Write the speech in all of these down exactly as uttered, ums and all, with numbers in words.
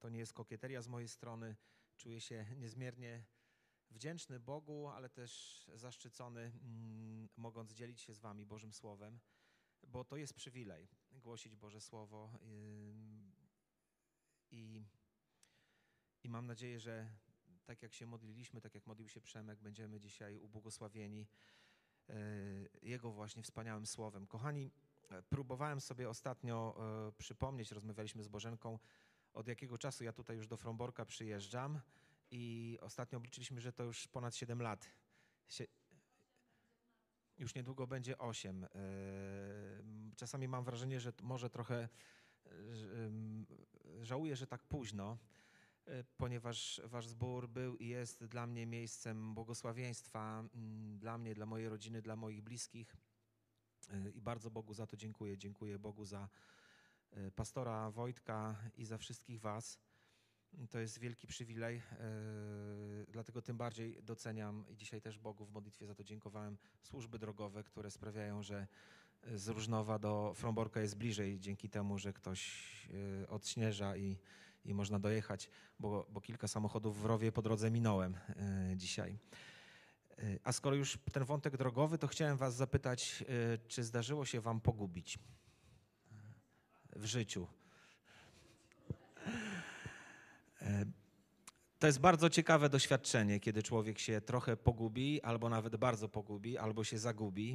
To nie jest kokieteria z mojej strony. Czuję się niezmiernie wdzięczny Bogu, ale też zaszczycony, mm, mogąc dzielić się z wami Bożym Słowem, bo to jest przywilej głosić Boże Słowo yy, i, i mam nadzieję, że tak jak się modliliśmy, tak jak modlił się Przemek, będziemy dzisiaj ubłogosławieni yy, Jego właśnie wspaniałym Słowem. Kochani, próbowałem sobie ostatnio yy, przypomnieć, rozmawialiśmy z Bożenką, od jakiego czasu ja tutaj już do Fromborka przyjeżdżam i ostatnio obliczyliśmy, że to już ponad siedem lat. Sie... Już niedługo będzie osiem. Czasami mam wrażenie, że może trochę żałuję, że tak późno, ponieważ wasz zbór był i jest dla mnie miejscem błogosławieństwa, dla mnie, dla mojej rodziny, dla moich bliskich i bardzo Bogu za to dziękuję. Dziękuję Bogu za pastora Wojtka i za wszystkich was. To jest wielki przywilej, yy, dlatego tym bardziej doceniam i dzisiaj też Bogu w modlitwie za to dziękowałem, służby drogowe, które sprawiają, że z Różnowa do Fromborka jest bliżej dzięki temu, że ktoś yy, odśnieża i, i można dojechać, bo, bo kilka samochodów w rowie po drodze minąłem yy, dzisiaj. Yy, a skoro już ten wątek drogowy, to chciałem was zapytać, yy, czy zdarzyło się wam pogubić w życiu? To jest bardzo ciekawe doświadczenie, kiedy człowiek się trochę pogubi, albo nawet bardzo pogubi, albo się zagubi.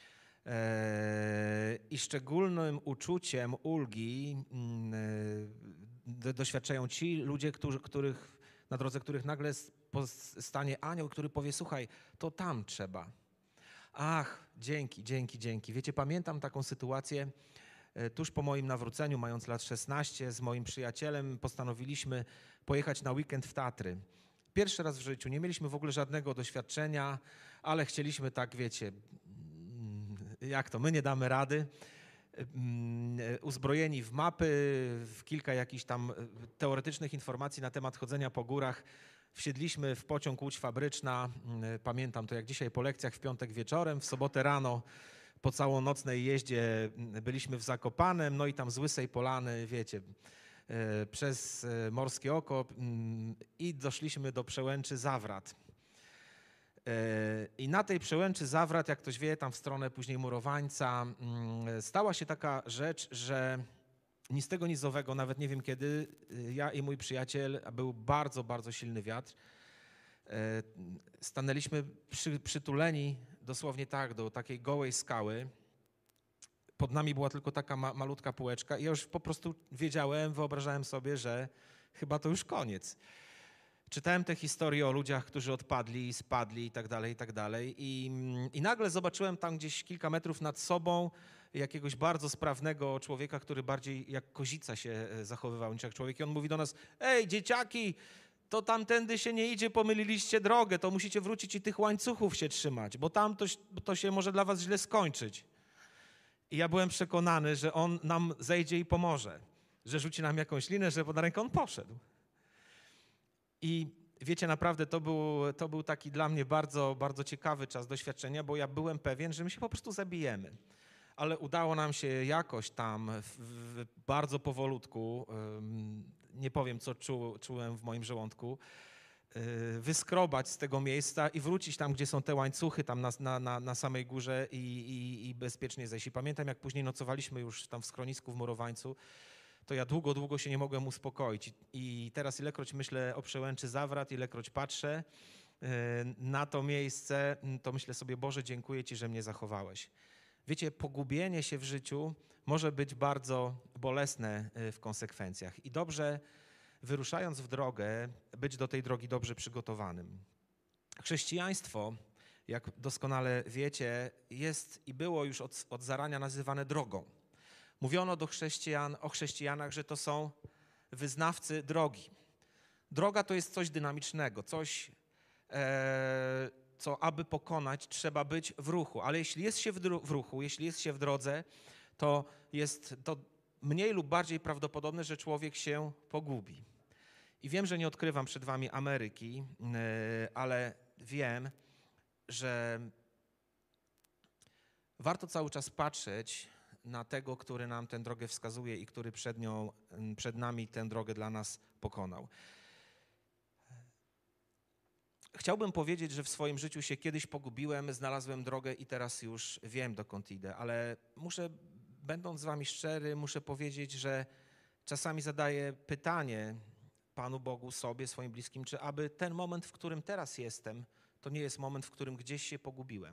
I szczególnym uczuciem ulgi doświadczają ci ludzie, którzy, których, na drodze których nagle stanie anioł, który powie: słuchaj, to tam trzeba. Ach, dzięki, dzięki, dzięki. Wiecie, pamiętam taką sytuację. Tuż po moim nawróceniu, mając lat szesnaście, z moim przyjacielem postanowiliśmy pojechać na weekend w Tatry. Pierwszy raz w życiu, nie mieliśmy w ogóle żadnego doświadczenia, ale chcieliśmy tak, wiecie, jak to, my nie damy rady. Uzbrojeni w mapy, w kilka jakichś tam teoretycznych informacji na temat chodzenia po górach, wsiedliśmy w pociąg Łódź Fabryczna. Pamiętam to jak dzisiaj po lekcjach w piątek wieczorem, w sobotę rano. Po całonocnej jeździe byliśmy w Zakopanem, no i tam z Łysej Polany, wiecie, przez Morskie Oko i doszliśmy do przełęczy Zawrat. I na tej przełęczy Zawrat, jak ktoś wie, tam w stronę później Murowańca, stała się taka rzecz, że ni z tego, ni z owego, nawet nie wiem kiedy, ja i mój przyjaciel, a był bardzo, bardzo silny wiatr, stanęliśmy przy, przytuleni dosłownie tak, do takiej gołej skały. Pod nami była tylko taka ma, malutka półeczka i ja już po prostu wiedziałem, wyobrażałem sobie, że chyba to już koniec. Czytałem te historie o ludziach, którzy odpadli, spadli i tak dalej, i tak dalej. I, i nagle zobaczyłem tam gdzieś kilka metrów nad sobą jakiegoś bardzo sprawnego człowieka, który bardziej jak kozica się zachowywał niż jak człowiek. I on mówi do nas: ej, dzieciaki, to tamtędy się nie idzie, pomyliliście drogę, to musicie wrócić i tych łańcuchów się trzymać, bo tam to, to się może dla was źle skończyć. I ja byłem przekonany, że on nam zejdzie i pomoże, że rzuci nam jakąś linę, że na rękę on poszedł. I wiecie, naprawdę to był, to był taki dla mnie bardzo, bardzo ciekawy czas doświadczenia, bo ja byłem pewien, że my się po prostu zabijemy. Ale udało nam się jakoś tam w, w, bardzo powolutku, nie powiem co czu, czułem w moim żołądku, wyskrobać z tego miejsca i wrócić tam, gdzie są te łańcuchy, tam na, na, na samej górze i, i, i bezpiecznie zejść. I pamiętam, jak później nocowaliśmy już tam w schronisku w Murowańcu, to ja długo, długo się nie mogłem uspokoić. I teraz ilekroć myślę o przełęczy Zawrat, ilekroć patrzę na to miejsce, to myślę sobie: Boże, dziękuję Ci, że mnie zachowałeś. Wiecie, pogubienie się w życiu może być bardzo bolesne w konsekwencjach i dobrze, wyruszając w drogę, być do tej drogi dobrze przygotowanym. Chrześcijaństwo, jak doskonale wiecie, jest i było już od, od zarania nazywane drogą. Mówiono do chrześcijan, o chrześcijanach, że to są wyznawcy drogi. Droga to jest coś dynamicznego, coś, e, co aby pokonać, trzeba być w ruchu. Ale jeśli jest się w, dru- w ruchu, jeśli jest się w drodze, to jest to mniej lub bardziej prawdopodobne, że człowiek się pogubi. I wiem, że nie odkrywam przed wami Ameryki, ale wiem, że warto cały czas patrzeć na tego, który nam tę drogę wskazuje i który przed nią, przed nami tę drogę dla nas pokonał. Chciałbym powiedzieć, że w swoim życiu się kiedyś pogubiłem, znalazłem drogę i teraz już wiem, dokąd idę, ale muszę, będąc z wami szczery, muszę powiedzieć, że czasami zadaję pytanie Panu Bogu, sobie, swoim bliskim, czy aby ten moment, w którym teraz jestem, to nie jest moment, w którym gdzieś się pogubiłem.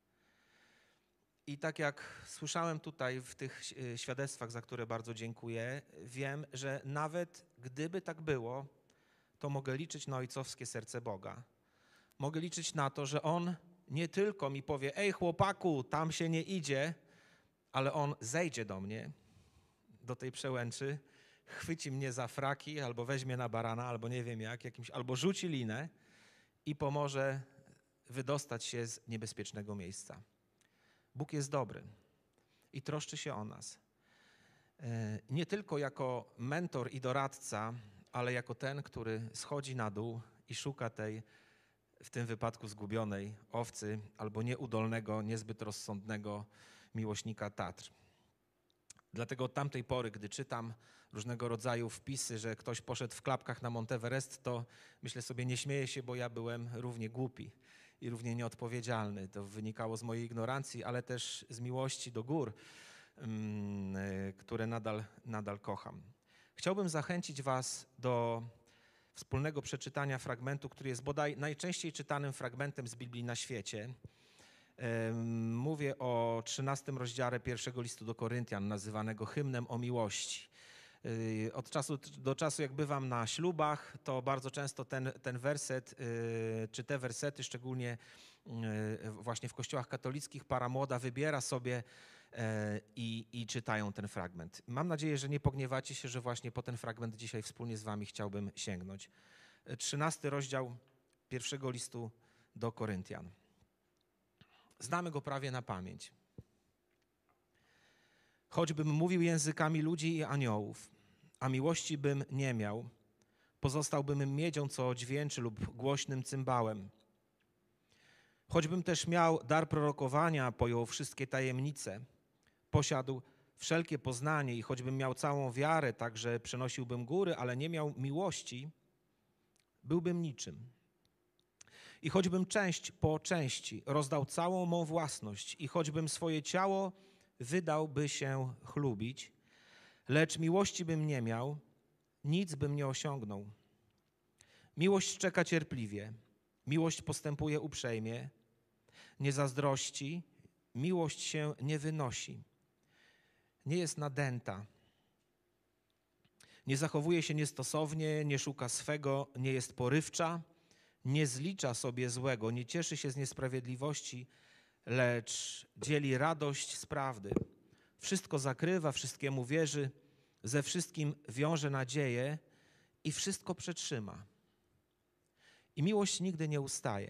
I tak jak słyszałem tutaj w tych świadectwach, za które bardzo dziękuję, wiem, że nawet gdyby tak było, to mogę liczyć na ojcowskie serce Boga. Mogę liczyć na to, że On nie tylko mi powie, ej chłopaku, tam się nie idzie, ale On zejdzie do mnie, do tej przełęczy, chwyci mnie za fraki, albo weźmie na barana, albo nie wiem jak, jakimś, albo rzuci linę i pomoże wydostać się z niebezpiecznego miejsca. Bóg jest dobry i troszczy się o nas. Nie tylko jako mentor i doradca, ale jako ten, który schodzi na dół i szuka tej, w tym wypadku zgubionej owcy albo nieudolnego, niezbyt rozsądnego miłośnika Tatr. Dlatego od tamtej pory, gdy czytam różnego rodzaju wpisy, że ktoś poszedł w klapkach na Monteverest, to myślę sobie, nie śmieję się, bo ja byłem równie głupi i równie nieodpowiedzialny. To wynikało z mojej ignorancji, ale też z miłości do gór, które nadal, nadal kocham. Chciałbym zachęcić was do wspólnego przeczytania fragmentu, który jest bodaj najczęściej czytanym fragmentem z Biblii na świecie. Mówię o trzynastym rozdziale pierwszego listu do Koryntian, nazywanego hymnem o miłości. Od czasu do czasu, jak bywam na ślubach, to bardzo często ten, ten werset, czy te wersety, szczególnie właśnie w kościołach katolickich, para młoda wybiera sobie i, i czytają ten fragment. Mam nadzieję, że nie pogniewacie się, że właśnie po ten fragment dzisiaj wspólnie z wami chciałbym sięgnąć. trzynasty rozdział pierwszego listu do Koryntian. Znamy go prawie na pamięć. Choćbym mówił językami ludzi i aniołów, a miłości bym nie miał, pozostałbym miedzią, co dźwięczy, lub głośnym cymbałem. Choćbym też miał dar prorokowania, pojął wszystkie tajemnice, posiadł wszelkie poznanie i choćbym miał całą wiarę, tak że przenosiłbym góry, ale nie miał miłości, byłbym niczym. I choćbym część po części rozdał całą mą własność i choćbym swoje ciało wydał, by się chlubić, lecz miłości bym nie miał, nic bym nie osiągnął. Miłość czeka cierpliwie, miłość postępuje uprzejmie, nie zazdrości, miłość się nie wynosi, nie jest nadęta, nie zachowuje się niestosownie, nie szuka swego, nie jest porywcza, nie zlicza sobie złego, nie cieszy się z niesprawiedliwości, lecz dzieli radość z prawdy. Wszystko zakrywa, wszystkiemu wierzy, ze wszystkim wiąże nadzieję i wszystko przetrzyma. I miłość nigdy nie ustaje.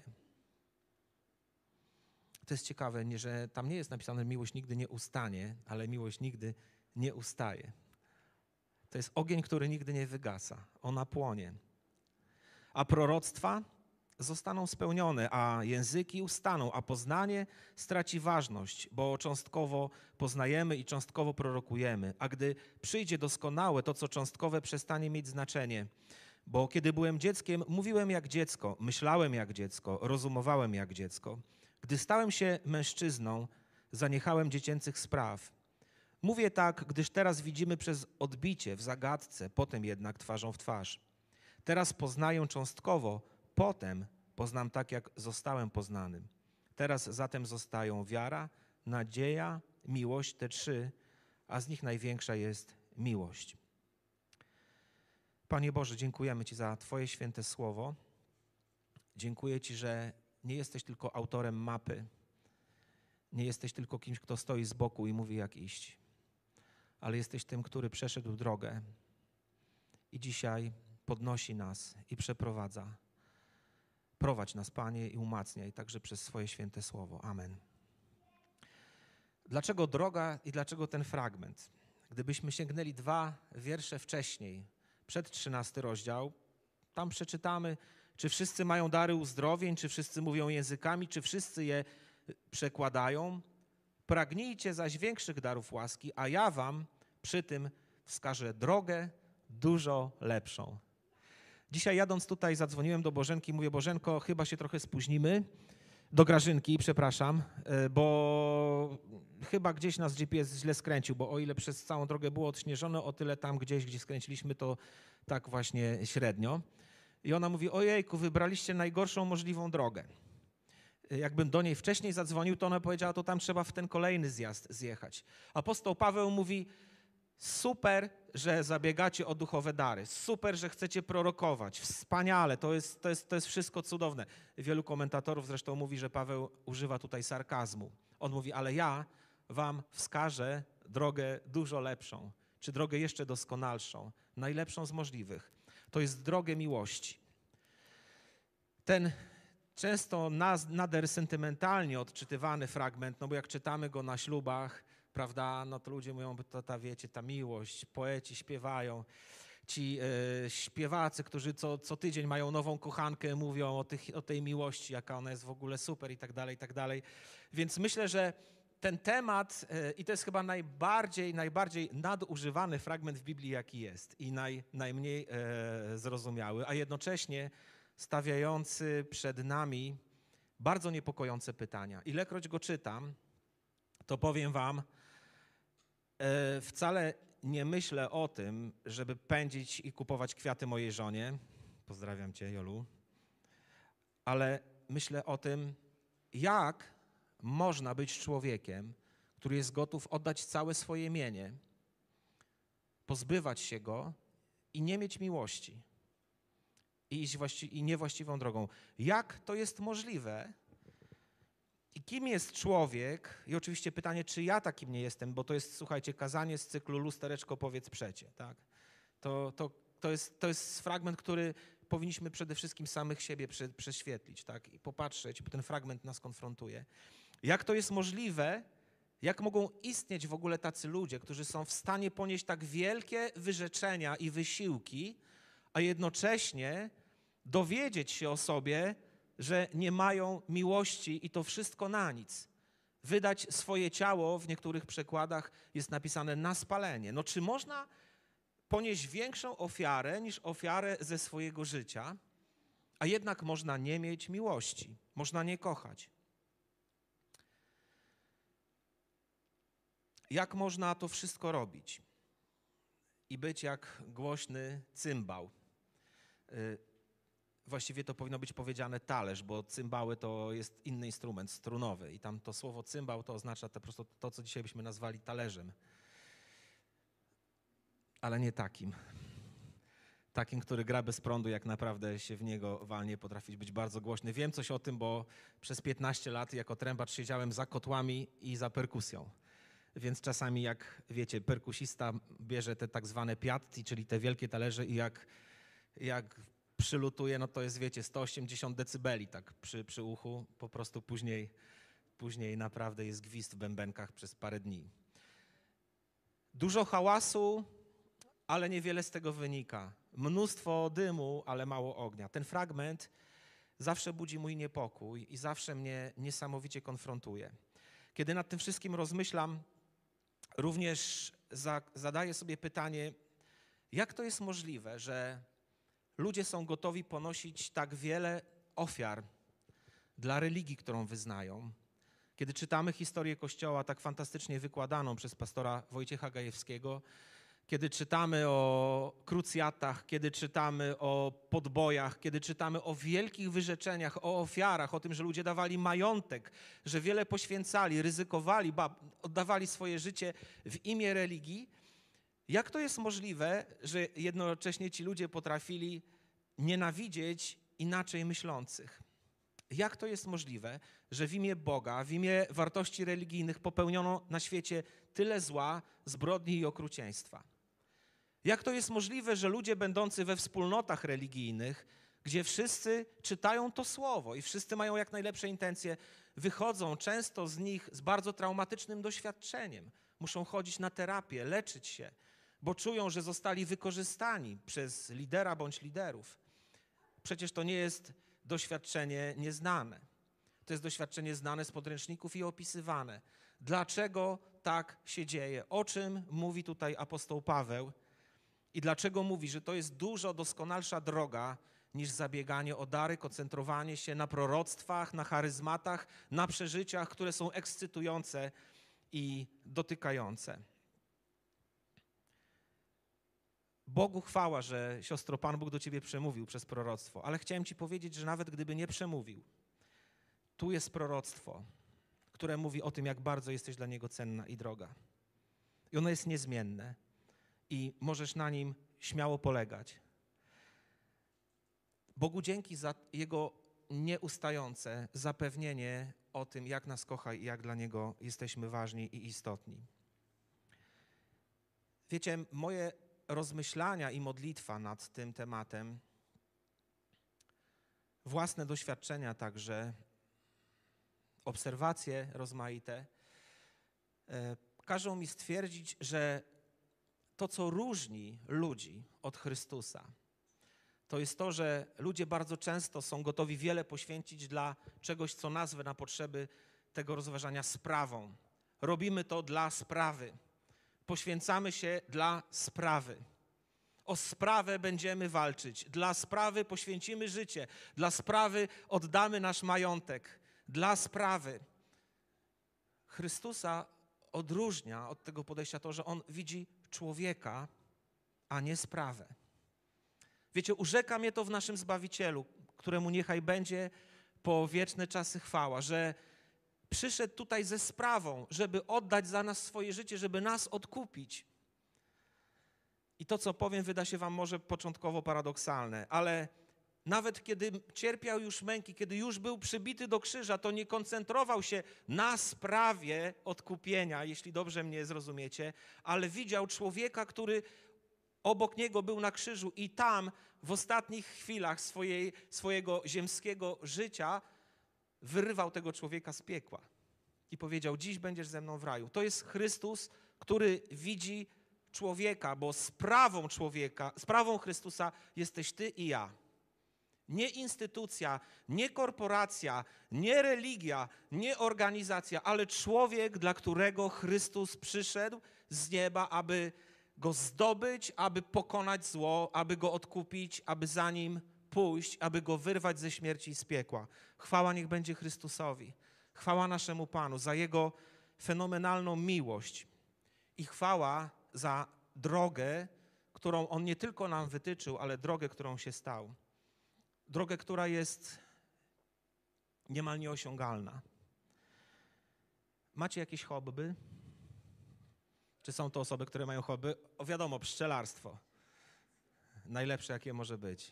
To jest ciekawe, nie, że tam nie jest napisane, że miłość nigdy nie ustanie, ale miłość nigdy nie ustaje. To jest ogień, który nigdy nie wygasa. Ona płonie. A proroctwa zostaną spełnione, a języki ustaną, a poznanie straci ważność, bo cząstkowo poznajemy i cząstkowo prorokujemy. A gdy przyjdzie doskonałe, to co cząstkowe przestanie mieć znaczenie. Bo kiedy byłem dzieckiem, mówiłem jak dziecko, myślałem jak dziecko, rozumowałem jak dziecko. Gdy stałem się mężczyzną, zaniechałem dziecięcych spraw. Mówię tak, gdyż teraz widzimy przez odbicie w zagadce, potem jednak twarzą w twarz. Teraz poznaję cząstkowo, potem poznam tak, jak zostałem poznanym. Teraz zatem zostają wiara, nadzieja, miłość, te trzy, a z nich największa jest miłość. Panie Boże, dziękujemy Ci za Twoje święte słowo. Dziękuję Ci, że nie jesteś tylko autorem mapy, nie jesteś tylko kimś, kto stoi z boku i mówi, jak iść, ale jesteś tym, który przeszedł drogę i dzisiaj podnosi nas i przeprowadza. Prowadź nas, Panie, i umacniaj także przez swoje święte słowo. Amen. Dlaczego droga i dlaczego ten fragment? Gdybyśmy sięgnęli dwa wiersze wcześniej, przed trzynasty rozdział, tam przeczytamy, czy wszyscy mają dary uzdrowień, czy wszyscy mówią językami, czy wszyscy je przekładają. Pragnijcie zaś większych darów łaski, a ja wam przy tym wskażę drogę dużo lepszą. Dzisiaj jadąc tutaj zadzwoniłem do Bożenki i mówię: Bożenko, chyba się trochę spóźnimy. Do Grażynki, przepraszam, bo chyba gdzieś nas G P S źle skręcił, bo o ile przez całą drogę było odśnieżone, o tyle tam gdzieś, gdzie skręciliśmy, to tak właśnie średnio. I ona mówi: ojejku, wybraliście najgorszą możliwą drogę. Jakbym do niej wcześniej zadzwonił, to ona powiedziała: to tam trzeba w ten kolejny zjazd zjechać. Apostoł Paweł mówi: super, że zabiegacie o duchowe dary, super, że chcecie prorokować, wspaniale, to jest, to jest, to jest wszystko cudowne. Wielu komentatorów zresztą mówi, że Paweł używa tutaj sarkazmu. On mówi: ale ja wam wskażę drogę dużo lepszą, czy drogę jeszcze doskonalszą, najlepszą z możliwych. To jest drogę miłości. Ten często nader sentymentalnie odczytywany fragment, no bo jak czytamy go na ślubach, prawda, no to ludzie mówią: to ta, wiecie, ta miłość, poeci śpiewają, ci e, śpiewacy, którzy co, co tydzień mają nową kochankę, mówią o, tych, o tej miłości, jaka ona jest w ogóle super i tak dalej, i tak dalej. Więc myślę, że ten temat, e, i to jest chyba najbardziej, najbardziej nadużywany fragment w Biblii, jaki jest i naj, najmniej e, zrozumiały, a jednocześnie stawiający przed nami bardzo niepokojące pytania. Ilekroć go czytam, to powiem wam, e, wcale nie myślę o tym, żeby pędzić i kupować kwiaty mojej żonie. Pozdrawiam cię, Jolu. Ale myślę o tym, jak można być człowiekiem, który jest gotów oddać całe swoje mienie, pozbywać się go i nie mieć miłości. I iść właści- i niewłaściwą drogą. Jak to jest możliwe? I kim jest człowiek? I oczywiście pytanie, czy ja takim nie jestem, bo to jest, słuchajcie, kazanie z cyklu Lustereczko, powiedz przecie. Tak? To, to, to, jest, to jest fragment, który powinniśmy przede wszystkim samych siebie prze, prześwietlić, tak? I popatrzeć, bo ten fragment nas konfrontuje. Jak to jest możliwe? Jak mogą istnieć w ogóle tacy ludzie, którzy są w stanie ponieść tak wielkie wyrzeczenia i wysiłki, a jednocześnie dowiedzieć się o sobie, że nie mają miłości i to wszystko na nic. Wydać swoje ciało, w niektórych przekładach jest napisane na spalenie. No czy można ponieść większą ofiarę niż ofiarę ze swojego życia, a jednak można nie mieć miłości, można nie kochać? Jak można to wszystko robić i być jak głośny cymbał? Właściwie to powinno być powiedziane talerz, bo cymbały to jest inny instrument strunowy i tam to słowo cymbał to oznacza to po prostu to, co dzisiaj byśmy nazwali talerzem. Ale nie takim. Takim, który gra bez prądu, jak naprawdę się w niego walnie, potrafi być bardzo głośny. Wiem coś o tym, bo przez piętnaście lat jako trębacz siedziałem za kotłami i za perkusją. Więc czasami, jak wiecie, perkusista bierze te tak zwane piatti, czyli te wielkie talerze i jak, jak przylutuje, no to jest, wiecie, sto osiemdziesiąt decybeli tak przy, przy uchu. Po prostu później, później naprawdę jest gwizd w bębenkach przez parę dni. Dużo hałasu, ale niewiele z tego wynika. Mnóstwo dymu, ale mało ognia. Ten fragment zawsze budzi mój niepokój i zawsze mnie niesamowicie konfrontuje. Kiedy nad tym wszystkim rozmyślam, również za, zadaję sobie pytanie, jak to jest możliwe, że ludzie są gotowi ponosić tak wiele ofiar dla religii, którą wyznają. Kiedy czytamy historię Kościoła tak fantastycznie wykładaną przez pastora Wojciecha Gajewskiego, kiedy czytamy o krucjatach, kiedy czytamy o podbojach, kiedy czytamy o wielkich wyrzeczeniach, o ofiarach, o tym, że ludzie dawali majątek, że wiele poświęcali, ryzykowali, ba, oddawali swoje życie w imię religii, jak to jest możliwe, że jednocześnie ci ludzie potrafili nienawidzieć inaczej myślących? Jak to jest możliwe, że w imię Boga, w imię wartości religijnych popełniono na świecie tyle zła, zbrodni i okrucieństwa? Jak to jest możliwe, że ludzie będący we wspólnotach religijnych, gdzie wszyscy czytają to słowo i wszyscy mają jak najlepsze intencje, wychodzą często z nich z bardzo traumatycznym doświadczeniem, muszą chodzić na terapię, leczyć się, bo czują, że zostali wykorzystani przez lidera bądź liderów. Przecież to nie jest doświadczenie nieznane. To jest doświadczenie znane z podręczników i opisywane. Dlaczego tak się dzieje? O czym mówi tutaj apostoł Paweł i dlaczego mówi, że to jest dużo doskonalsza droga niż zabieganie o dary, koncentrowanie się na proroctwach, na charyzmatach, na przeżyciach, które są ekscytujące i dotykające. Bogu chwała, że siostro, Pan Bóg do ciebie przemówił przez proroctwo, ale chciałem ci powiedzieć, że nawet gdyby nie przemówił, tu jest proroctwo, które mówi o tym, jak bardzo jesteś dla Niego cenna i droga. I ono jest niezmienne i możesz na nim śmiało polegać. Bogu dzięki za Jego nieustające zapewnienie o tym, jak nas kocha i jak dla Niego jesteśmy ważni i istotni. Wiecie, moje rozmyślania i modlitwa nad tym tematem, własne doświadczenia także, obserwacje rozmaite, e, każą mi stwierdzić, że to, co różni ludzi od Chrystusa, to jest to, że ludzie bardzo często są gotowi wiele poświęcić dla czegoś, co nazwę na potrzeby tego rozważania sprawą. Robimy to dla sprawy. Poświęcamy się dla sprawy. O sprawę będziemy walczyć. Dla sprawy poświęcimy życie. Dla sprawy oddamy nasz majątek. Dla sprawy. Chrystusa odróżnia od tego podejścia to, że On widzi człowieka, a nie sprawę. Wiecie, urzeka mnie to w naszym Zbawicielu, któremu niechaj będzie po wieczne czasy chwała, że przyszedł tutaj ze sprawą, żeby oddać za nas swoje życie, żeby nas odkupić. I to, co powiem, wyda się wam może początkowo paradoksalne, ale nawet kiedy cierpiał już męki, kiedy już był przybity do krzyża, to nie koncentrował się na sprawie odkupienia, jeśli dobrze mnie zrozumiecie, ale widział człowieka, który obok niego był na krzyżu i tam w ostatnich chwilach swojej, swojego ziemskiego życia wyrywał tego człowieka z piekła i powiedział: dziś będziesz ze mną w raju. To jest Chrystus, który widzi człowieka, bo sprawą człowieka, sprawą Chrystusa jesteś ty i ja. Nie instytucja, nie korporacja, nie religia, nie organizacja, ale człowiek, dla którego Chrystus przyszedł z nieba, aby go zdobyć, aby pokonać zło, aby go odkupić, aby za nim pójść, aby go wyrwać ze śmierci i z piekła. Chwała niech będzie Chrystusowi. Chwała naszemu Panu za Jego fenomenalną miłość i chwała za drogę, którą On nie tylko nam wytyczył, ale drogę, którą się stał. Drogę, która jest niemal nieosiągalna. Macie jakieś hobby? Czy są to osoby, które mają hobby? O, wiadomo, pszczelarstwo. Najlepsze, jakie może być.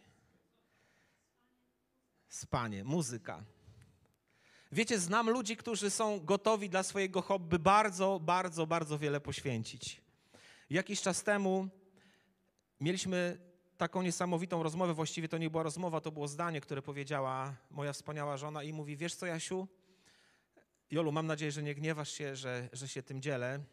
Spanie, muzyka. Wiecie, znam ludzi, którzy są gotowi dla swojego hobby bardzo, bardzo, bardzo wiele poświęcić. Jakiś czas temu mieliśmy taką niesamowitą rozmowę, właściwie to nie była rozmowa, to było zdanie, które powiedziała moja wspaniała żona i mówi: wiesz co, Jasiu? Jolu, mam nadzieję, że nie gniewasz się, że, że się tym dzielę.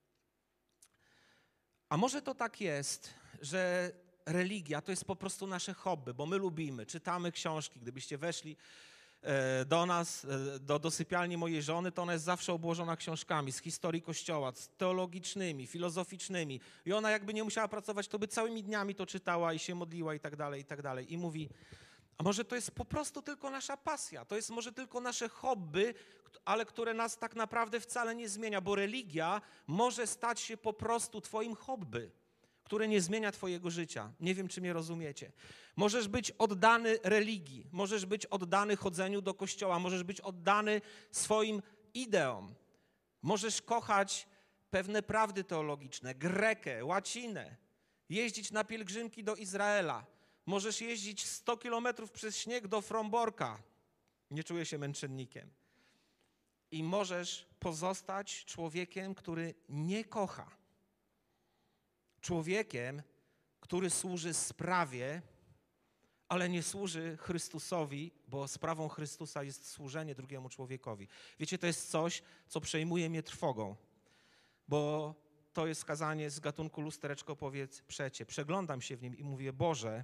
A może to tak jest, że religia to jest po prostu nasze hobby, bo my lubimy, czytamy książki. Gdybyście weszli do nas, do, do sypialni mojej żony, to ona jest zawsze obłożona książkami z historii Kościoła, z teologicznymi, filozoficznymi. I ona jakby nie musiała pracować, to by całymi dniami to czytała i się modliła i tak dalej, i tak dalej. I mówi: a może to jest po prostu tylko nasza pasja, to jest może tylko nasze hobby, ale które nas tak naprawdę wcale nie zmienia, bo religia może stać się po prostu twoim hobby, które nie zmienia twojego życia. Nie wiem, czy mnie rozumiecie. Możesz być oddany religii, możesz być oddany chodzeniu do kościoła, możesz być oddany swoim ideom. Możesz kochać pewne prawdy teologiczne, Grekę, łacinę, jeździć na pielgrzymki do Izraela. Możesz jeździć sto kilometrów przez śnieg do Fromborka. Nie czuję się męczennikiem. I możesz pozostać człowiekiem, który nie kocha. Człowiekiem, który służy sprawie, ale nie służy Chrystusowi, bo sprawą Chrystusa jest służenie drugiemu człowiekowi. Wiecie, to jest coś, co przejmuje mnie trwogą, bo to jest kazanie z gatunku lustereczko powiedz przecie. Przeglądam się w nim i mówię: Boże,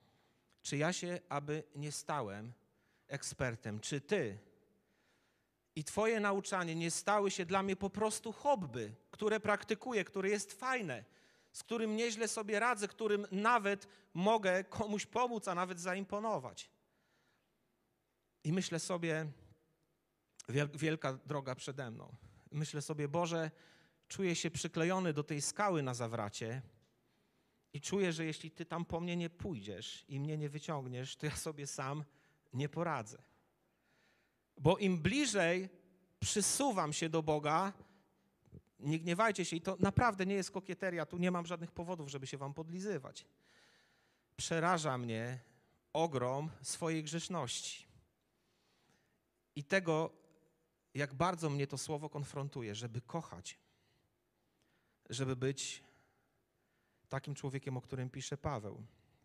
czy ja się aby nie stałem ekspertem? Czy Ty i Twoje nauczanie nie stały się dla mnie po prostu hobby, które praktykuję, które jest fajne, z którym nieźle sobie radzę, którym nawet mogę komuś pomóc, a nawet zaimponować. I myślę sobie, wielka droga przede mną. Myślę sobie, Boże, czuję się przyklejony do tej skały na zawracie i czuję, że jeśli Ty tam po mnie nie pójdziesz i mnie nie wyciągniesz, to ja sobie sam nie poradzę. Bo im bliżej przysuwam się do Boga, nie gniewajcie się, i to naprawdę nie jest kokieteria, tu nie mam żadnych powodów, żeby się wam podlizywać. Przeraża mnie ogrom swojej grzeszności i tego, jak bardzo mnie to słowo konfrontuje, żeby kochać, żeby być takim człowiekiem, o którym pisze Paweł.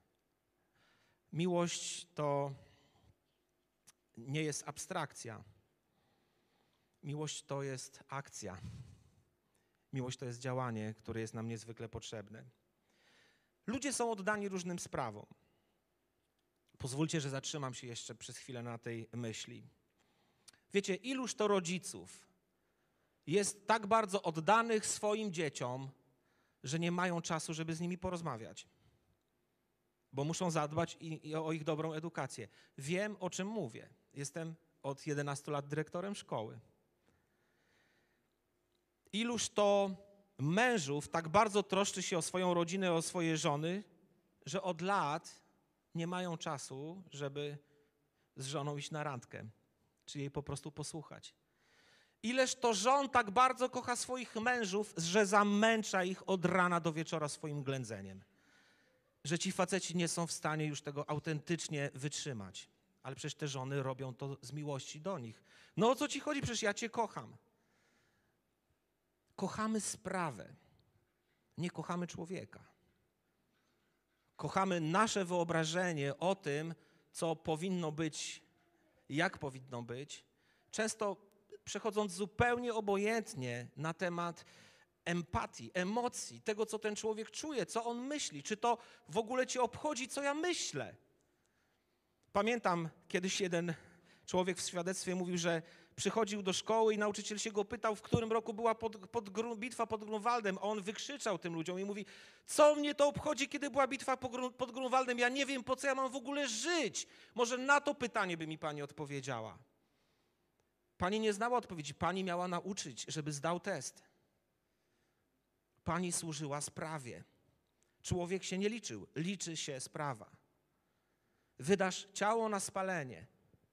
Miłość to nie jest abstrakcja. Miłość to jest akcja. Miłość to jest działanie, które jest nam niezwykle potrzebne. Ludzie są oddani różnym sprawom. Pozwólcie, że zatrzymam się jeszcze przez chwilę na tej myśli. Wiecie, iluż to rodziców jest tak bardzo oddanych swoim dzieciom, że nie mają czasu, żeby z nimi porozmawiać, bo muszą zadbać i, i o ich dobrą edukację. Wiem, o czym mówię. Jestem od jedenastu lat dyrektorem szkoły. Iluż to mężów tak bardzo troszczy się o swoją rodzinę, o swoje żony, że od lat nie mają czasu, żeby z żoną iść na randkę, czy jej po prostu posłuchać. Ileż to żon tak bardzo kocha swoich mężów, że zamęcza ich od rana do wieczora swoim ględzeniem. Że ci faceci nie są w stanie już tego autentycznie wytrzymać. Ale przecież te żony robią to z miłości do nich. No o co ci chodzi? Przecież ja cię kocham. Kochamy sprawę, nie kochamy człowieka. Kochamy nasze wyobrażenie o tym, co powinno być, jak powinno być, często przechodząc zupełnie obojętnie na temat empatii, emocji, tego, co ten człowiek czuje, co on myśli, czy to w ogóle cię obchodzi, co ja myślę. Pamiętam, kiedyś jeden człowiek w świadectwie mówił, że przychodził do szkoły i nauczyciel się go pytał, w którym roku była pod, pod, bitwa pod Grunwaldem, a on wykrzyczał tym ludziom i mówi, co mnie to obchodzi, kiedy była bitwa pod Grunwaldem, ja nie wiem, po co ja mam w ogóle żyć. Może na to pytanie by mi pani odpowiedziała. Pani nie znała odpowiedzi, pani miała nauczyć, żeby zdał test. Pani służyła sprawie. Człowiek się nie liczył, liczy się sprawa. Wydasz ciało na spalenie.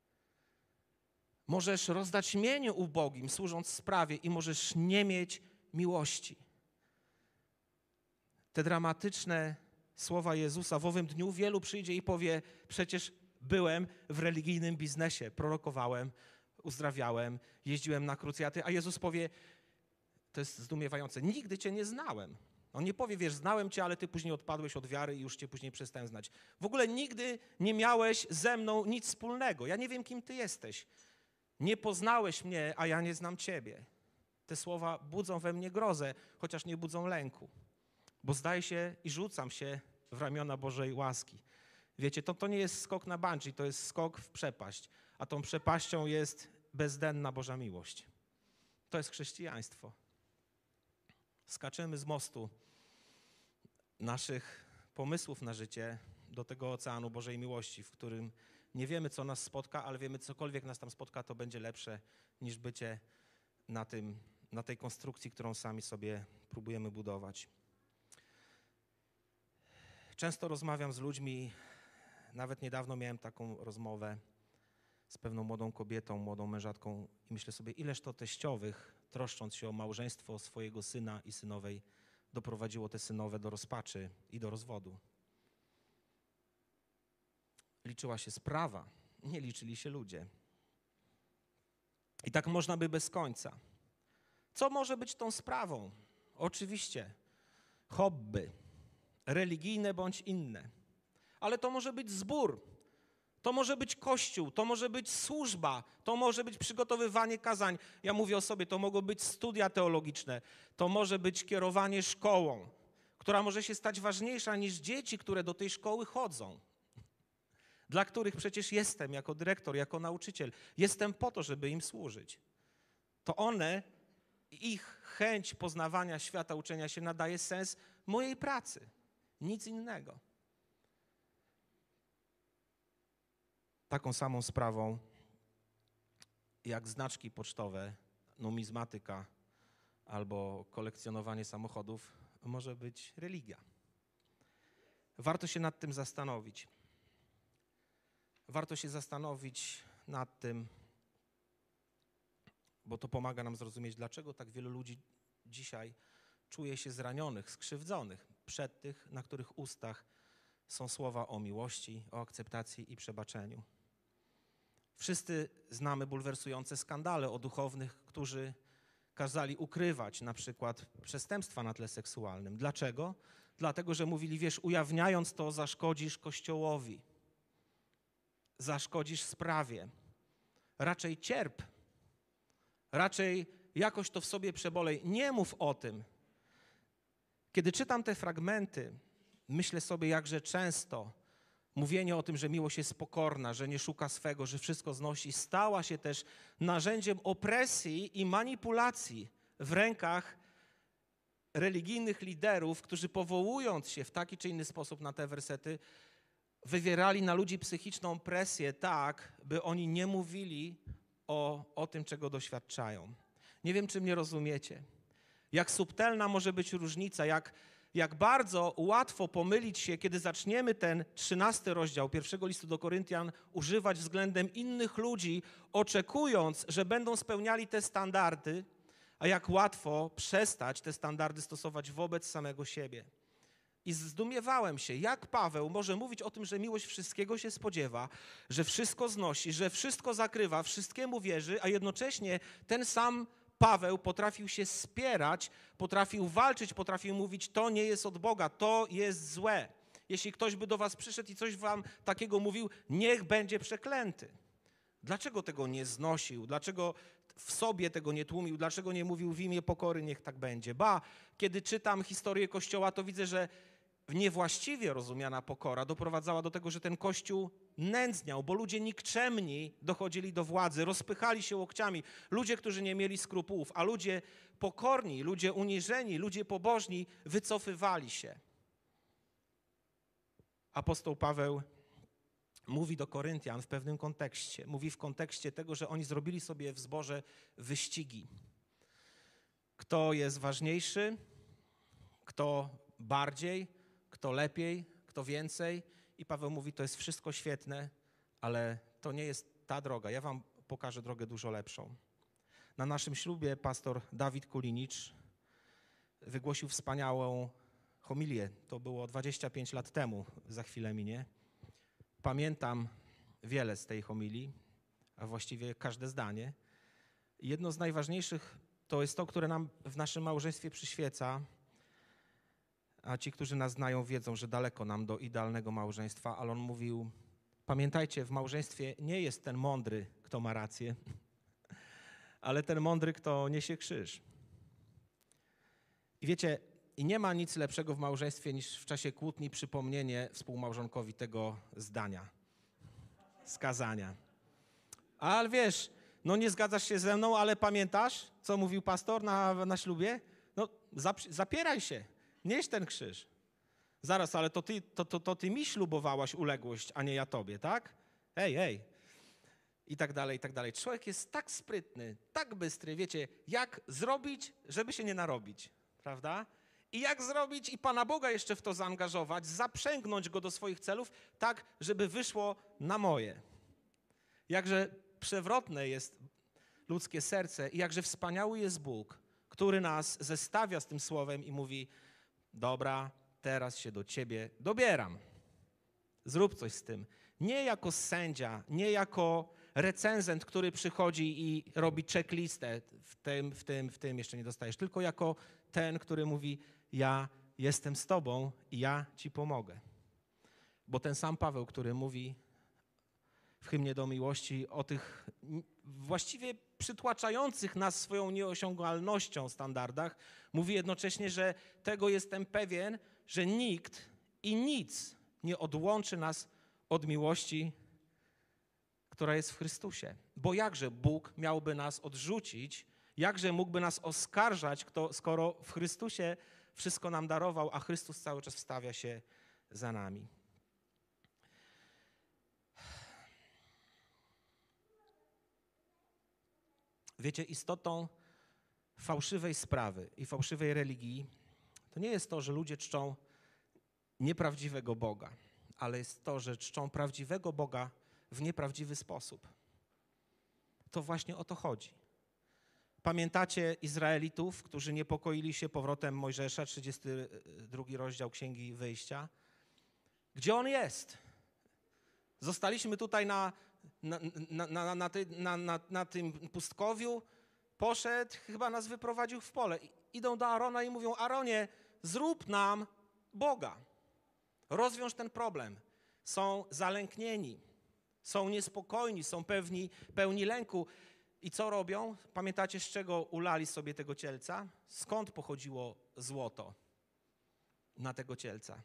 Możesz rozdać mienie ubogim, służąc sprawie i możesz nie mieć miłości. Te dramatyczne słowa Jezusa w owym dniu wielu przyjdzie i powie, przecież byłem w religijnym biznesie, prorokowałem, uzdrawiałem, jeździłem na krucjaty, a Jezus powie, to jest zdumiewające, nigdy cię nie znałem. On nie powie, wiesz, znałem cię, ale ty później odpadłeś od wiary i już cię później przestałem znać. W ogóle nigdy nie miałeś ze mną nic wspólnego. Ja nie wiem, kim ty jesteś. Nie poznałeś mnie, a ja nie znam ciebie. Te słowa budzą we mnie grozę, chociaż nie budzą lęku. Bo zdaje się i rzucam się w ramiona Bożej łaski. Wiecie, to, to nie jest skok na bungee, to jest skok w przepaść. A tą przepaścią jest bezdenna Boża miłość. To jest chrześcijaństwo. Skaczemy z mostu naszych pomysłów na życie do tego oceanu Bożej miłości, w którym nie wiemy, co nas spotka, ale wiemy, cokolwiek nas tam spotka, to będzie lepsze niż bycie na, tym, na tej konstrukcji, którą sami sobie próbujemy budować. Często rozmawiam z ludźmi, nawet niedawno miałem taką rozmowę z pewną młodą kobietą, młodą mężatką i myślę sobie, ileż to teściowych, troszcząc się o małżeństwo swojego syna i synowej, doprowadziło te synowe do rozpaczy i do rozwodu. Liczyła się sprawa, nie liczyli się ludzie. I tak można by bez końca. Co może być tą sprawą? Oczywiście hobby, religijne bądź inne. Ale to może być zbór, to może być kościół, to może być służba, to może być przygotowywanie kazań. Ja mówię o sobie, to mogą być studia teologiczne, to może być kierowanie szkołą, która może się stać ważniejsza niż dzieci, które do tej szkoły chodzą. Dla których przecież jestem jako dyrektor, jako nauczyciel. Jestem po to, żeby im służyć. to one, ich chęć poznawania świata, uczenia się nadaje sens mojej pracy. Nic innego. Taką samą sprawą jak znaczki pocztowe, numizmatyka albo kolekcjonowanie samochodów może być religia. Warto się nad tym zastanowić. Warto się zastanowić nad tym, bo to pomaga nam zrozumieć, dlaczego tak wielu ludzi dzisiaj czuje się zranionych, skrzywdzonych przed tych, na których ustach są słowa o miłości, o akceptacji i przebaczeniu. Wszyscy znamy bulwersujące skandale o duchownych, którzy kazali ukrywać na przykład przestępstwa na tle seksualnym. Dlaczego? Dlatego, że mówili, wiesz, ujawniając to zaszkodzisz Kościołowi, zaszkodzisz sprawie. Raczej cierp, raczej jakoś to w sobie przebolej. Nie mów o tym. Kiedy czytam te fragmenty, myślę sobie, jakże często mówienie o tym, że miłość jest pokorna, że nie szuka swego, że wszystko znosi, stała się też narzędziem opresji i manipulacji w rękach religijnych liderów, którzy powołując się w taki czy inny sposób na te wersety, wywierali na ludzi psychiczną presję tak, by oni nie mówili o, o tym, czego doświadczają. Nie wiem, czy mnie rozumiecie. Jak subtelna może być różnica, jak, jak bardzo łatwo pomylić się, kiedy zaczniemy ten trzynasty rozdział pierwszego listu do Koryntian używać względem innych ludzi, oczekując, że będą spełniali te standardy, a jak łatwo przestać te standardy stosować wobec samego siebie. I zdumiewałem się, jak Paweł może mówić o tym, że miłość wszystkiego się spodziewa, że wszystko znosi, że wszystko zakrywa, wszystkiemu wierzy, a jednocześnie ten sam Paweł potrafił się spierać, potrafił walczyć, potrafił mówić, to nie jest od Boga, to jest złe. Jeśli ktoś by do was przyszedł i coś wam takiego mówił, niech będzie przeklęty. Dlaczego tego nie znosił? Dlaczego w sobie tego nie tłumił? Dlaczego nie mówił w imię pokory, niech tak będzie? Ba, kiedy czytam historię Kościoła, to widzę, że niewłaściwie rozumiana pokora doprowadzała do tego, że ten Kościół nędzniał, bo ludzie nikczemni dochodzili do władzy, rozpychali się łokciami. Ludzie, którzy nie mieli skrupułów, a ludzie pokorni, ludzie uniżeni, ludzie pobożni wycofywali się. Apostoł Paweł mówi do Koryntian w pewnym kontekście. Mówi w kontekście tego, że oni zrobili sobie w zborze wyścigi. Kto jest ważniejszy, kto bardziej, kto lepiej, kto więcej. I Paweł mówi, to jest wszystko świetne, ale to nie jest ta droga. Ja wam pokażę drogę dużo lepszą. Na naszym ślubie pastor Dawid Kulinicz wygłosił wspaniałą homilię. To było dwadzieścia pięć lat temu, za chwilę minie. Pamiętam wiele z tej homilii, a właściwie każde zdanie. Jedno z najważniejszych to jest to, które nam w naszym małżeństwie przyświeca, a ci, którzy nas znają, wiedzą, że daleko nam do idealnego małżeństwa, ale on mówił, pamiętajcie, w małżeństwie nie jest ten mądry, kto ma rację, ale ten mądry, kto niesie krzyż. I wiecie, i nie ma nic lepszego w małżeństwie niż w czasie kłótni przypomnienie współmałżonkowi tego zdania, skazania. Ale wiesz, no nie zgadzasz się ze mną, ale pamiętasz, co mówił pastor na, na ślubie? No zapieraj się, nieś ten krzyż. Zaraz, ale to ty, to, to, to ty mi ślubowałaś uległość, a nie ja tobie, tak? Ej, ej. I tak dalej, i tak dalej. Człowiek jest tak sprytny, tak bystry, wiecie, jak zrobić, żeby się nie narobić, prawda? I jak zrobić i Pana Boga jeszcze w to zaangażować, zaprzęgnąć Go do swoich celów, tak, żeby wyszło na moje. Jakże przewrotne jest ludzkie serce i jakże wspaniały jest Bóg, który nas zestawia z tym słowem i mówi, dobra, teraz się do Ciebie dobieram. Zrób coś z tym. Nie jako sędzia, nie jako recenzent, który przychodzi i robi checklistę, w tym, w tym, w tym jeszcze nie dostajesz, tylko jako ten, który mówi, ja jestem z Tobą i ja Ci pomogę. Bo ten sam Paweł, który mówi w hymnie do miłości o tych właściwie przytłaczających nas swoją nieosiągalnością standardach, mówi jednocześnie, że tego jestem pewien, że nikt i nic nie odłączy nas od miłości, która jest w Chrystusie. Bo jakże Bóg miałby nas odrzucić, Jakże mógłby nas oskarżać, kto, skoro w Chrystusie wszystko nam darował, a Chrystus cały czas wstawia się za nami. Wiecie, istotą fałszywej sprawy i fałszywej religii to nie jest to, że ludzie czczą nieprawdziwego Boga, ale jest to, że czczą prawdziwego Boga w nieprawdziwy sposób. To właśnie o to chodzi. Pamiętacie Izraelitów, którzy niepokoili się powrotem Mojżesza, trzydziesty drugi rozdział Księgi Wyjścia? Gdzie on jest? Zostaliśmy tutaj na, na, na, na, na, ty, na, na, na tym pustkowiu, poszedł, chyba nas wyprowadził w pole. Idą do Arona i mówią: Aronie, zrób nam Boga. Rozwiąż ten problem. Są zalęknieni, są niespokojni, są pewni, pełni lęku. I co robią? Pamiętacie, z czego ulali sobie tego cielca? Skąd pochodziło złoto na tego cielca?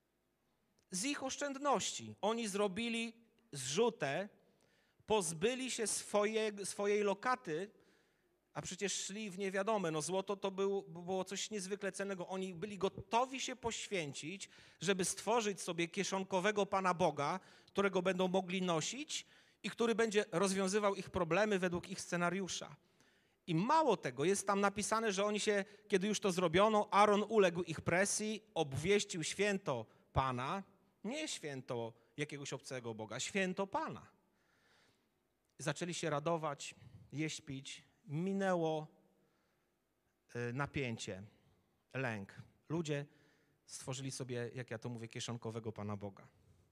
Z ich oszczędności. Oni zrobili zrzutę, pozbyli się swoje, swojej lokaty, a przecież szli w niewiadome. No złoto to był, było coś niezwykle cennego. Oni byli gotowi się poświęcić, żeby stworzyć sobie kieszonkowego Pana Boga, którego będą mogli nosić i który będzie rozwiązywał ich problemy według ich scenariusza. I mało tego, jest tam napisane, że oni się, kiedy już to zrobiono, Aaron uległ ich presji, obwieścił święto Pana, nie święto jakiegoś obcego Boga, święto Pana. Zaczęli się radować, jeść, pić. Minęło napięcie, lęk. Ludzie stworzyli sobie, jak ja to mówię, kieszonkowego Pana Boga.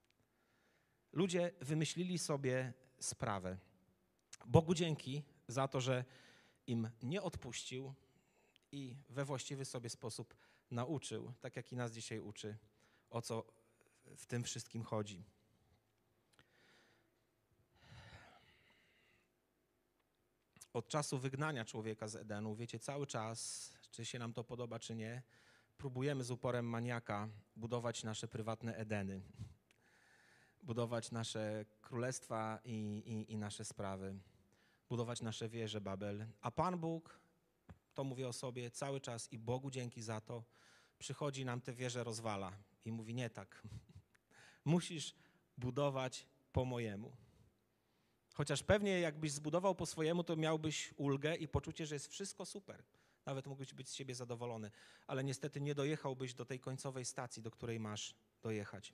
Ludzie wymyślili sobie sprawę. Bogu dzięki za to, że im nie odpuścił i we właściwy sobie sposób nauczył, tak jak i nas dzisiaj uczy, o co w tym wszystkim chodzi. Od czasu wygnania człowieka z Edenu, wiecie, cały czas, czy się nam to podoba, czy nie, próbujemy z uporem maniaka budować nasze prywatne Edeny. Budować nasze królestwa i, i, i nasze sprawy. Budować nasze wieże Babel. A Pan Bóg, to mówię o sobie cały czas i Bogu dzięki za to, przychodzi nam te wieże rozwala i mówi: nie tak. Musisz budować po mojemu. Chociaż pewnie jakbyś zbudował po swojemu, to miałbyś ulgę i poczucie, że jest wszystko super. Nawet mógłbyś być z siebie zadowolony. Ale niestety nie dojechałbyś do tej końcowej stacji, do której masz dojechać.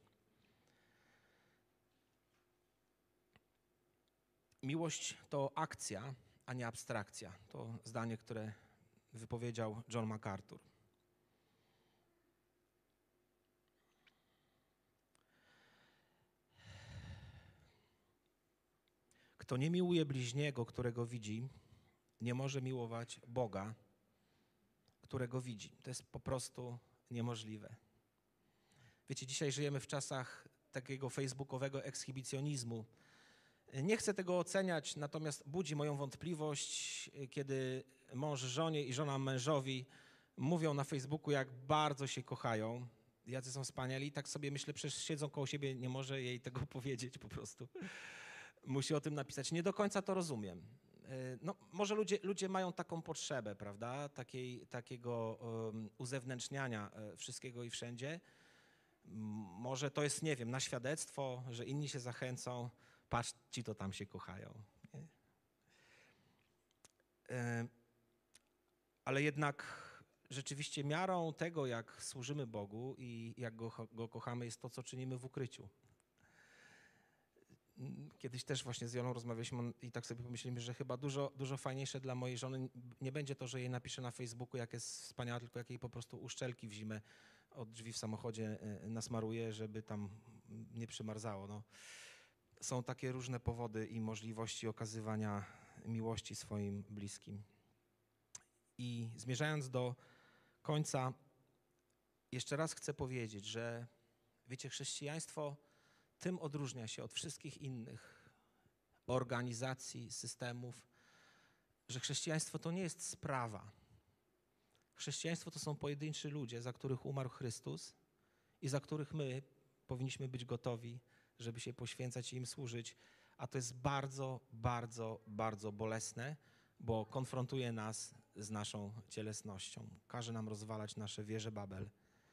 Miłość to akcja, a nie abstrakcja. To zdanie, które wypowiedział John MacArthur. Kto nie miłuje bliźniego, którego widzi, nie może miłować Boga, którego widzi. To jest po prostu niemożliwe. Wiecie, dzisiaj żyjemy w czasach takiego facebookowego ekshibicjonizmu. Nie chcę tego oceniać, natomiast budzi moją wątpliwość, kiedy mąż żonie i żona mężowi mówią na Facebooku, jak bardzo się kochają, jacy są wspaniali. I tak sobie myślę, przecież siedzą koło siebie, nie może jej tego powiedzieć po prostu. Musi o tym napisać. Nie do końca to rozumiem. No, może ludzie, ludzie mają taką potrzebę, prawda, Takiej, takiego um, uzewnętrzniania wszystkiego i wszędzie. Może to jest, nie wiem, na świadectwo, że inni się zachęcą. Patrz, ci to tam się kochają. Nie? Ale jednak rzeczywiście miarą tego, jak służymy Bogu i jak go, go kochamy, jest to, co czynimy w ukryciu. Kiedyś też właśnie z Joną rozmawialiśmy i tak sobie pomyśleliśmy, że chyba dużo, dużo fajniejsze dla mojej żony nie będzie to, że jej napiszę na Facebooku, jak jest wspaniała, tylko jak jej po prostu uszczelki w zimę od drzwi w samochodzie nasmaruję, żeby tam nie przymarzało. No. Są takie różne powody i możliwości okazywania miłości swoim bliskim. I zmierzając do końca, jeszcze raz chcę powiedzieć, że wiecie, chrześcijaństwo tym odróżnia się od wszystkich innych organizacji, systemów, że chrześcijaństwo to nie jest sprawa. Chrześcijaństwo to są pojedynczy ludzie, za których umarł Chrystus i za których my powinniśmy być gotowi, żeby się poświęcać i im służyć, a to jest bardzo, bardzo, bardzo bolesne, bo konfrontuje nas z naszą cielesnością. Każe nam rozwalać nasze wieże Babel.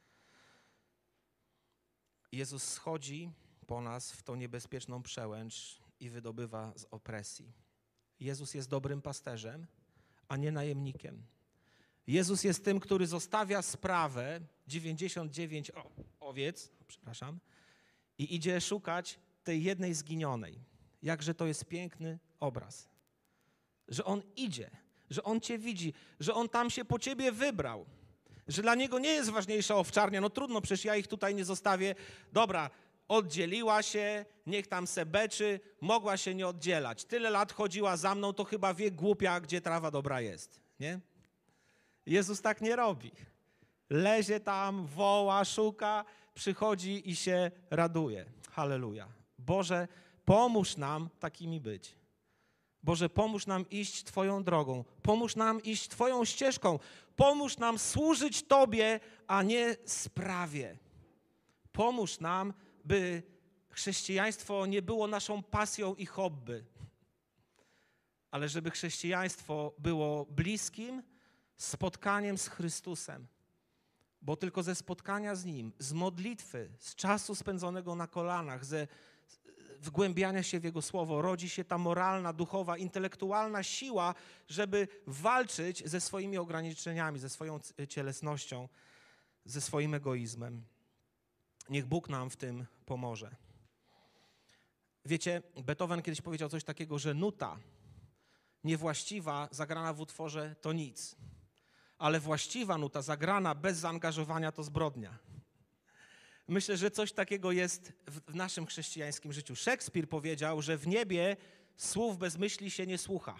Jezus schodzi po nas w tą niebezpieczną przełęcz i wydobywa z opresji. Jezus jest dobrym pasterzem, a nie najemnikiem. Jezus jest tym, który zostawia sprawę, dziewięćdziesiąt dziewięć owiec, przepraszam, i idzie szukać tej jednej zginionej. Jakże to jest piękny obraz. Że On idzie, że On cię widzi, że On tam się po ciebie wybrał. Że dla Niego nie jest ważniejsza owczarnia. No trudno, przecież ja ich tutaj nie zostawię. Dobra, oddzieliła się, niech tam se beczy, mogła się nie oddzielać. Tyle lat chodziła za mną, to chyba wie głupia, gdzie trawa dobra jest, nie? Jezus tak nie robi. Lezie tam, woła, szuka, przychodzi i się raduje. Halleluja. Boże, pomóż nam takimi być. Boże, pomóż nam iść Twoją drogą. Pomóż nam iść Twoją ścieżką. Pomóż nam służyć Tobie, a nie sprawie. Pomóż nam, by chrześcijaństwo nie było naszą pasją i hobby, ale żeby chrześcijaństwo było bliskim spotkaniem z Chrystusem. Bo tylko ze spotkania z Nim, z modlitwy, z czasu spędzonego na kolanach, ze wgłębiania się w Jego Słowo, rodzi się ta moralna, duchowa, intelektualna siła, żeby walczyć ze swoimi ograniczeniami, ze swoją cielesnością, ze swoim egoizmem. Niech Bóg nam w tym pomoże. Wiecie, Beethoven kiedyś powiedział coś takiego, że nuta niewłaściwa zagrana w utworze to nic, ale właściwa nuta zagrana bez zaangażowania to zbrodnia. Myślę, że coś takiego jest w naszym chrześcijańskim życiu. Szekspir powiedział, że w niebie słów bez myśli się nie słucha.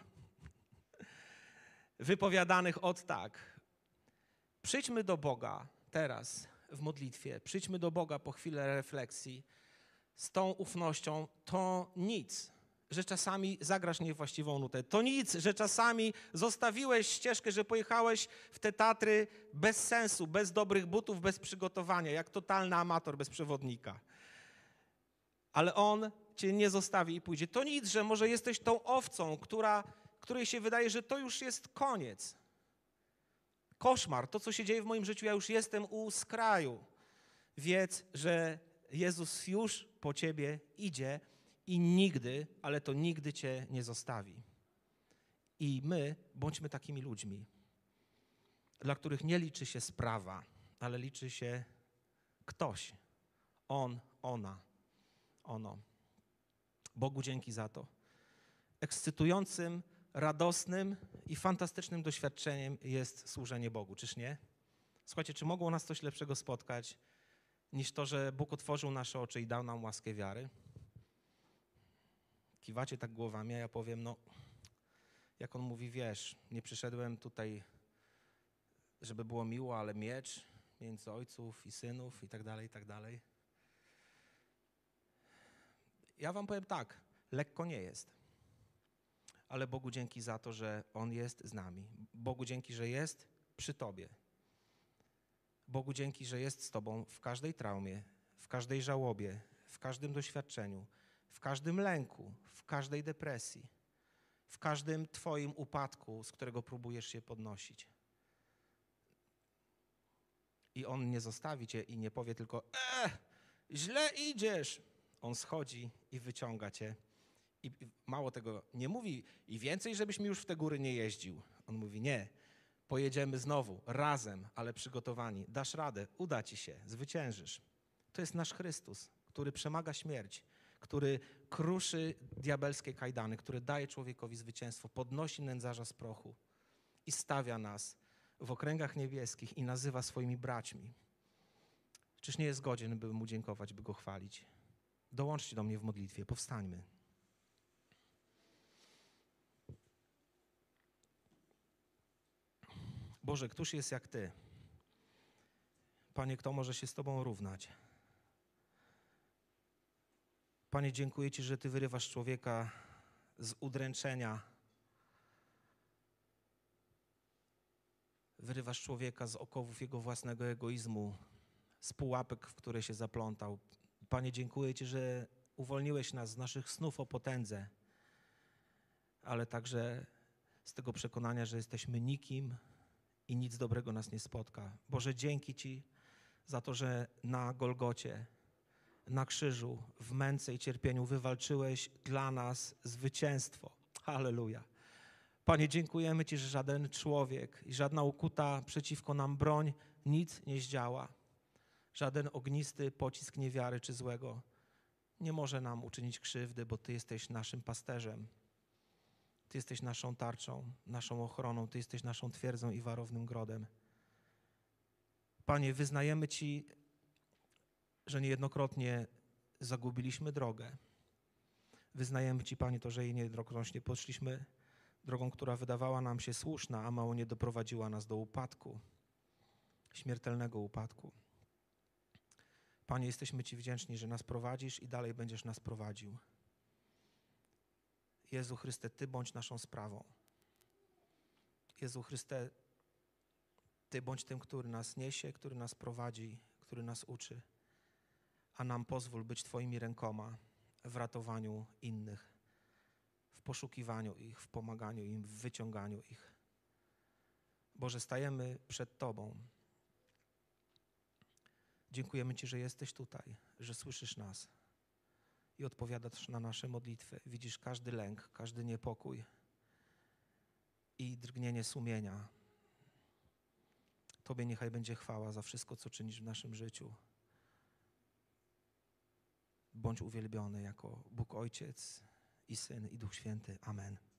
Wypowiadanych od tak. Przyjdźmy do Boga teraz w modlitwie, przyjdźmy do Boga po chwilę refleksji z tą ufnością, to nic, że czasami zagrasz niewłaściwą nutę. To nic, że czasami zostawiłeś ścieżkę, że pojechałeś w te Tatry bez sensu, bez dobrych butów, bez przygotowania, jak totalny amator bez przewodnika. Ale On cię nie zostawi i pójdzie. To nic, że może jesteś tą owcą, która, której się wydaje, że to już jest koniec. Koszmar, to co się dzieje w moim życiu, ja już jestem u skraju. Wiedz, że Jezus już po ciebie idzie i nigdy, ale to nigdy cię nie zostawi. I my bądźmy takimi ludźmi, dla których nie liczy się sprawa, ale liczy się ktoś. On, ona, ono. Bogu dzięki za to. Ekscytującym, radosnym i fantastycznym doświadczeniem jest służenie Bogu, czyż nie? Słuchajcie, czy mogło nas coś lepszego spotkać, niż to, że Bóg otworzył nasze oczy i dał nam łaskę wiary? Kiwacie tak głowami, a ja powiem, no, jak On mówi, wiesz, nie przyszedłem tutaj, żeby było miło, ale miecz między ojców i synów i tak dalej, i tak dalej. Ja wam powiem tak, lekko nie jest. Ale Bogu dzięki za to, że On jest z nami. Bogu dzięki, że jest przy tobie. Bogu dzięki, że jest z tobą w każdej traumie, w każdej żałobie, w każdym doświadczeniu, w każdym lęku, w każdej depresji, w każdym twoim upadku, z którego próbujesz się podnosić. I On nie zostawi cię i nie powie tylko, e, źle idziesz. On schodzi i wyciąga cię. I mało tego, nie mówi i więcej, żebyś mi już w te góry nie jeździł. On mówi, nie, pojedziemy znowu, razem, ale przygotowani. Dasz radę, uda ci się, zwyciężysz. To jest nasz Chrystus, który przemaga śmierć, który kruszy diabelskie kajdany, który daje człowiekowi zwycięstwo, podnosi nędzarza z prochu i stawia nas w okręgach niebieskich i nazywa swoimi braćmi. Czyż nie jest godzien, by Mu dziękować, by Go chwalić? Dołączcie do mnie w modlitwie, powstańmy. Boże, któż jest jak Ty? Panie, kto może się z Tobą równać? Panie, dziękuję Ci, że Ty wyrywasz człowieka z udręczenia. Wyrywasz człowieka z okowów jego własnego egoizmu, z pułapek, w które się zaplątał. Panie, dziękuję Ci, że uwolniłeś nas z naszych snów o potędze, ale także z tego przekonania, że jesteśmy nikim i nic dobrego nas nie spotka. Boże, dzięki Ci za to, że na Golgocie, na krzyżu, w męce i cierpieniu wywalczyłeś dla nas zwycięstwo. Halleluja. Panie, dziękujemy Ci, że żaden człowiek i żadna ukuta przeciwko nam broń nic nie zdziała. Żaden ognisty pocisk niewiary czy złego nie może nam uczynić krzywdy, bo Ty jesteś naszym pasterzem. Ty jesteś naszą tarczą, naszą ochroną. Ty jesteś naszą twierdzą i warownym grodem. Panie, wyznajemy Ci, że niejednokrotnie zagubiliśmy drogę. Wyznajemy Ci, Panie, to, że jej niejednokrotnie poszliśmy drogą, która wydawała nam się słuszna, a mało nie doprowadziła nas do upadku, śmiertelnego upadku. Panie, jesteśmy Ci wdzięczni, że nas prowadzisz i dalej będziesz nas prowadził. Jezu Chryste, Ty bądź naszą sprawą. Jezu Chryste, Ty bądź tym, który nas niesie, który nas prowadzi, który nas uczy, a nam pozwól być Twoimi rękoma w ratowaniu innych, w poszukiwaniu ich, w pomaganiu im, w wyciąganiu ich. Boże, stajemy przed Tobą. Dziękujemy Ci, że jesteś tutaj, że słyszysz nas i odpowiadasz na nasze modlitwy. Widzisz każdy lęk, każdy niepokój i drgnienie sumienia. Tobie niechaj będzie chwała za wszystko, co czynisz w naszym życiu. Bądź uwielbiony jako Bóg Ojciec i Syn i Duch Święty. Amen.